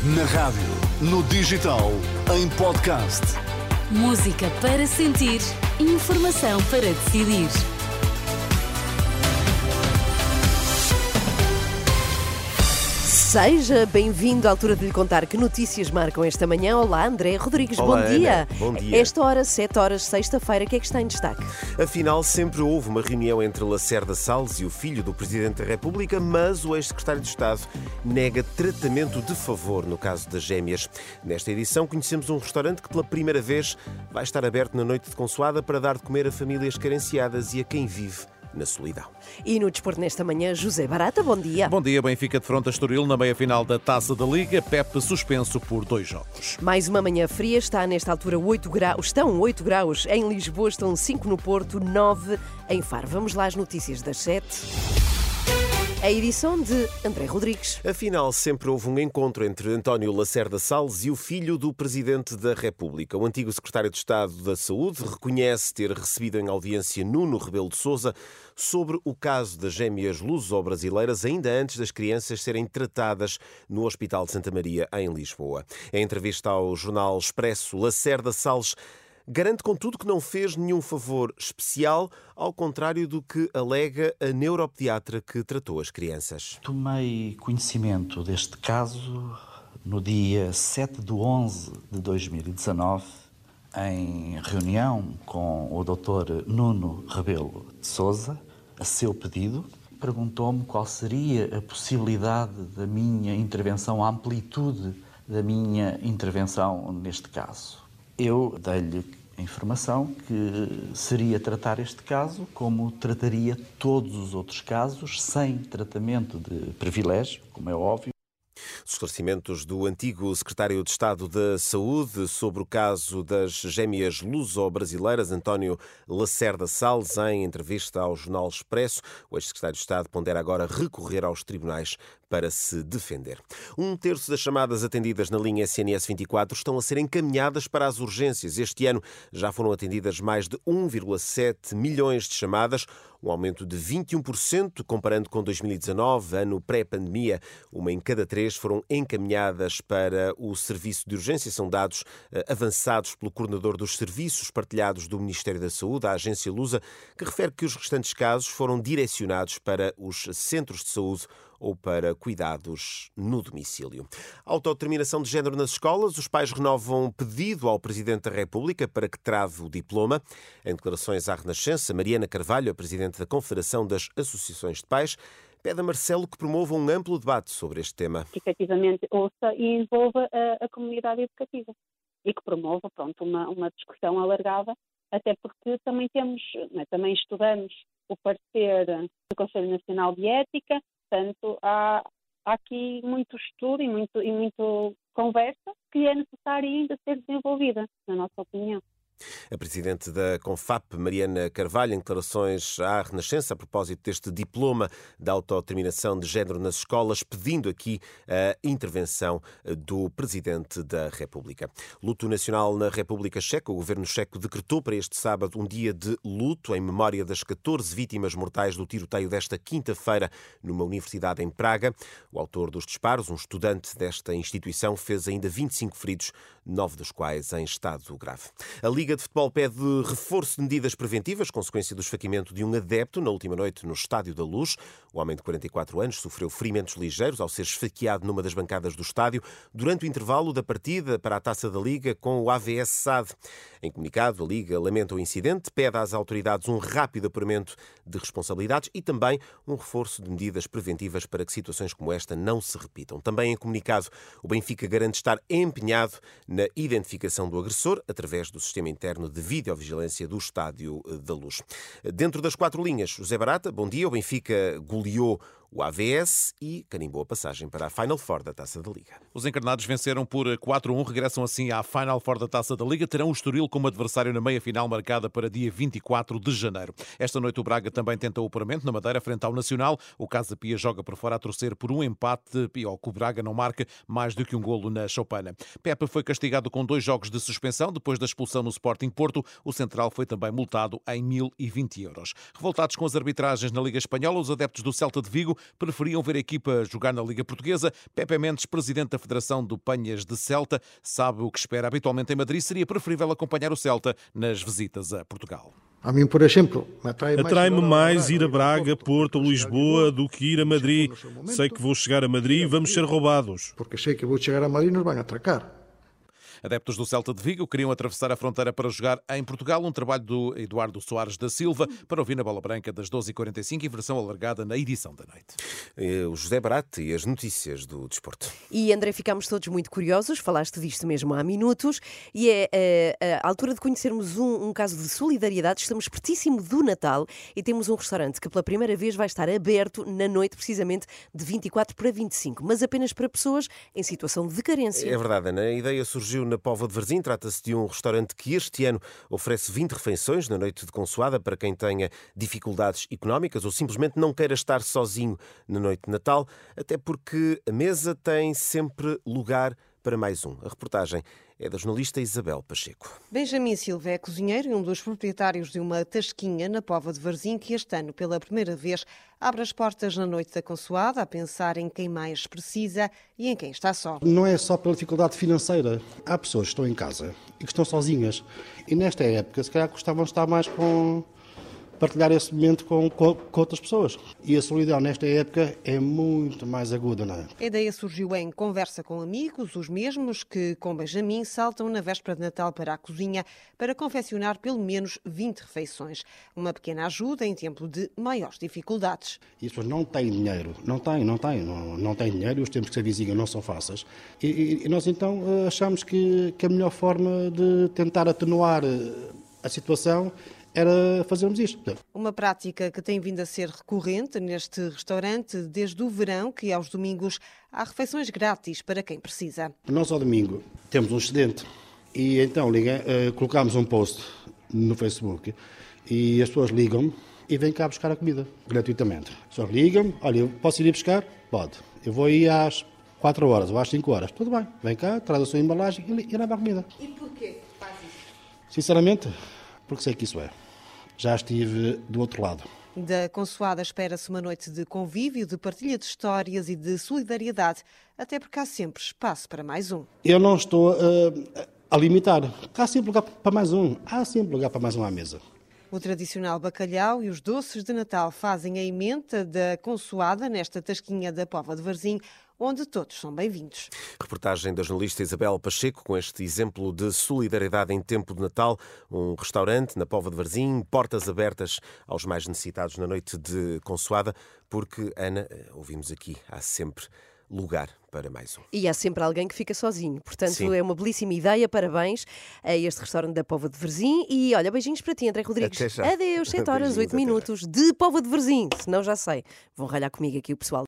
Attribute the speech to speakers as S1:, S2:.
S1: Na rádio, no digital, em podcast.
S2: Música para sentir, informação para decidir.
S3: Seja bem-vindo à altura de lhe contar que notícias marcam esta manhã. Olá, André Rodrigues,
S4: Olá,
S3: bom dia.
S4: Ana. Bom dia.
S3: Esta hora, 7 horas, sexta-feira, o que é que está em destaque?
S4: Afinal, sempre houve uma reunião entre Lacerda Salles e o filho do Presidente da República, mas o ex-secretário de Estado nega tratamento de favor no caso das gêmeas. Nesta edição, conhecemos um restaurante que pela primeira vez vai estar aberto na noite de consoada para dar de comer a famílias carenciadas e a quem vive na solidão.
S3: E no desporto nesta manhã, José Barata, bom dia.
S5: Bom dia, Benfica defronta Estoril na meia-final da Taça da Liga. Pepe suspenso por 2 jogos.
S3: Mais uma manhã fria, está nesta altura 8 graus, estão 8 graus em Lisboa, estão 5 no Porto, 9 em Faro. Vamos lá às notícias das 7. A edição de André Rodrigues.
S4: Afinal, sempre houve um encontro entre António Lacerda Salles e o filho do Presidente da República. O antigo secretário de Estado da Saúde reconhece ter recebido em audiência Nuno Rebelo de Sousa sobre o caso das gêmeas luso-brasileiras ainda antes das crianças serem tratadas no Hospital de Santa Maria, em Lisboa. Em entrevista ao jornal Expresso, Lacerda Salles garante, contudo, que não fez nenhum favor especial, ao contrário do que alega a neuropediatra que tratou as crianças.
S6: Tomei conhecimento deste caso no dia 7/11/2019, em reunião com o Dr. Nuno Rebelo de Sousa, a seu pedido. Perguntou-me qual seria a possibilidade da minha intervenção, a amplitude da minha intervenção neste caso. Eu dei-lhe a informação que seria tratar este caso como trataria todos os outros casos, sem tratamento de privilégio, como é óbvio.
S4: Os esclarecimentos do antigo secretário de Estado da Saúde sobre o caso das gêmeas luso-brasileiras, António Lacerda Salles, em entrevista ao Jornal Expresso. O ex-secretário de Estado pondera agora recorrer aos tribunais para se defender. 1/3 das chamadas atendidas na linha SNS 24 estão a ser encaminhadas para as urgências. Este ano já foram atendidas mais de 1,7 milhões de chamadas, um aumento de 21% comparando com 2019, ano pré-pandemia. 1 em cada 3 foram encaminhadas para o serviço de urgência. São dados avançados pelo coordenador dos serviços partilhados do Ministério da Saúde, a agência Lusa, que refere que os restantes casos foram direcionados para os centros de saúde ou para cuidados no domicílio. Autodeterminação de género nas escolas. Os pais renovam pedido ao Presidente da República para que trave o diploma. Em declarações à Renascença, Mariana Carvalho, a Presidente da Confederação das Associações de Pais, pede a Marcelo que promova um amplo debate sobre este tema.
S7: Que efetivamente ouça e envolva a comunidade educativa e que promova, uma discussão alargada, até porque também também estudamos o parecer do Conselho Nacional de Ética. Portanto, há aqui muito estudo e muito conversa que é necessária ainda ser desenvolvida, na nossa opinião.
S4: A Presidente da CONFAP, Mariana Carvalho, em declarações à Renascença a propósito deste diploma de autodeterminação de género nas escolas, pedindo aqui a intervenção do Presidente da República. Luto nacional na República Checa. O governo checo decretou para este sábado um dia de luto em memória das 14 vítimas mortais do tiroteio desta quinta-feira numa universidade em Praga. O autor dos disparos, um estudante desta instituição, fez ainda 25 feridos, 9 dos quais em estado grave. A Liga de Futebol pede reforço de medidas preventivas, consequência do esfaqueamento de um adepto na última noite no Estádio da Luz. O homem de 44 anos sofreu ferimentos ligeiros ao ser esfaqueado numa das bancadas do estádio durante o intervalo da partida para a Taça da Liga com o AVS SAD. Em comunicado, a Liga lamenta o incidente, pede às autoridades um rápido apuramento de responsabilidades e também um reforço de medidas preventivas para que situações como esta não se repitam. Também em comunicado, o Benfica garante estar empenhado na identificação do agressor através do sistema interno de videovigilância do Estádio da Luz. Dentro das 4 linhas, José Barata, bom dia. O Benfica goleou o AVS e carimbou a passagem para a Final Four da Taça da Liga.
S5: Os encarnados venceram por 4-1, regressam assim à Final Four da Taça da Liga. Terão o Estoril como adversário na meia-final marcada para dia 24 de janeiro. Esta noite o Braga também tenta o apuramento na Madeira frente ao Nacional. O Casa Pia joga por fora a torcer por um empate, pior que o Braga não marca mais do que um golo na Choupana. Pepe foi castigado com 2 jogos de suspensão depois da expulsão no Sporting Porto. O central foi também multado em 1.020 euros. Revoltados com as arbitragens na Liga Espanhola, os adeptos do Celta de Vigo preferiam ver a equipa jogar na Liga Portuguesa. Pepe Mendes, presidente da Federação do Penhas de Celta, sabe o que espera habitualmente em Madrid. Seria preferível acompanhar o Celta nas visitas a Portugal.
S8: A mim, por exemplo,
S9: atrai-me mais ir a Braga, Porto ou Lisboa do que ir a Madrid. Sei que vou chegar a Madrid e vamos ser roubados.
S8: Porque sei que vou chegar a Madrid e nos vão atracar.
S5: Adeptos do Celta de Vigo queriam atravessar a fronteira para jogar em Portugal. Um trabalho do Eduardo Soares da Silva para ouvir na Bola Branca das 12h45 e versão alargada na edição da noite.
S4: O José Barate e as notícias do desporto.
S3: E André, ficámos todos muito curiosos, falaste disto mesmo há minutos, e é a altura de conhecermos um caso de solidariedade. Estamos pertíssimo do Natal e temos um restaurante que pela primeira vez vai estar aberto na noite, precisamente de 24 para 25, mas apenas para pessoas em situação de carência.
S4: É verdade, Ana. A ideia surgiu na Póvoa de Varzim. Trata-se de um restaurante que este ano oferece 20 refeições na noite de consoada para quem tenha dificuldades económicas ou simplesmente não queira estar sozinho na noite de Natal, até porque a mesa tem sempre lugar para mais um. A reportagem é da jornalista Isabel Pacheco.
S10: Benjamin Silva é cozinheiro e um dos proprietários de uma tasquinha na Póvoa de Varzim que este ano, pela primeira vez, abre as portas na noite da consoada a pensar em quem mais precisa e em quem está só.
S8: Não é só pela dificuldade financeira. Há pessoas que estão em casa e que estão sozinhas. E nesta época, se calhar, gostavam de estar mais partilhar esse momento com outras pessoas. E a solidão nesta época é muito mais aguda, não é?
S10: A ideia surgiu em conversa com amigos, os mesmos que, com Benjamin, saltam na véspera de Natal para a cozinha para confeccionar pelo menos 20 refeições. Uma pequena ajuda em tempo de maiores dificuldades.
S8: E as pessoas não têm dinheiro, não têm dinheiro, os tempos que se avizinham não são fáceis. E nós então achamos que a melhor forma de tentar atenuar a situação era fazermos isto.
S10: Uma prática que tem vindo a ser recorrente neste restaurante desde o verão, que aos domingos há refeições grátis para quem precisa.
S8: Nós ao domingo temos um excedente e então colocámos um post no Facebook e as pessoas ligam-me e vêm cá buscar a comida, gratuitamente. As pessoas ligam-me, olha, eu posso ir buscar? Pode. Eu vou ir às 4 horas ou às 5 horas. Tudo bem, vem cá, traz a sua embalagem e leva a comida.
S10: E porquê faz isso?
S8: Sinceramente, porque sei que isso é. Já estive do outro lado.
S10: Da consoada espera-se uma noite de convívio, de partilha de histórias e de solidariedade, até porque há sempre espaço para mais um.
S8: Eu não estou a limitar. Há sempre lugar para mais um. Há sempre lugar para mais um à mesa.
S10: O tradicional bacalhau e os doces de Natal fazem a emenda da consoada nesta tasquinha da Póvoa de Varzim, onde todos são bem-vindos.
S4: Reportagem da jornalista Isabel Pacheco com este exemplo de solidariedade em tempo de Natal. Um restaurante na Póvoa de Varzim, portas abertas aos mais necessitados na noite de consoada, porque, Ana, ouvimos aqui, há sempre lugar para mais um.
S3: E há sempre alguém que fica sozinho. Portanto,
S4: Sim.
S3: É uma belíssima ideia. Parabéns a este restaurante da Póvoa de Varzim. E olha, beijinhos para ti, André Rodrigues.
S4: Até já.
S3: Adeus, 7 horas,
S4: Beijinhos,
S3: 8
S4: até já.
S3: minutos de Póvoa de Varzim. Se não, já sei. Vão ralhar comigo aqui o pessoal.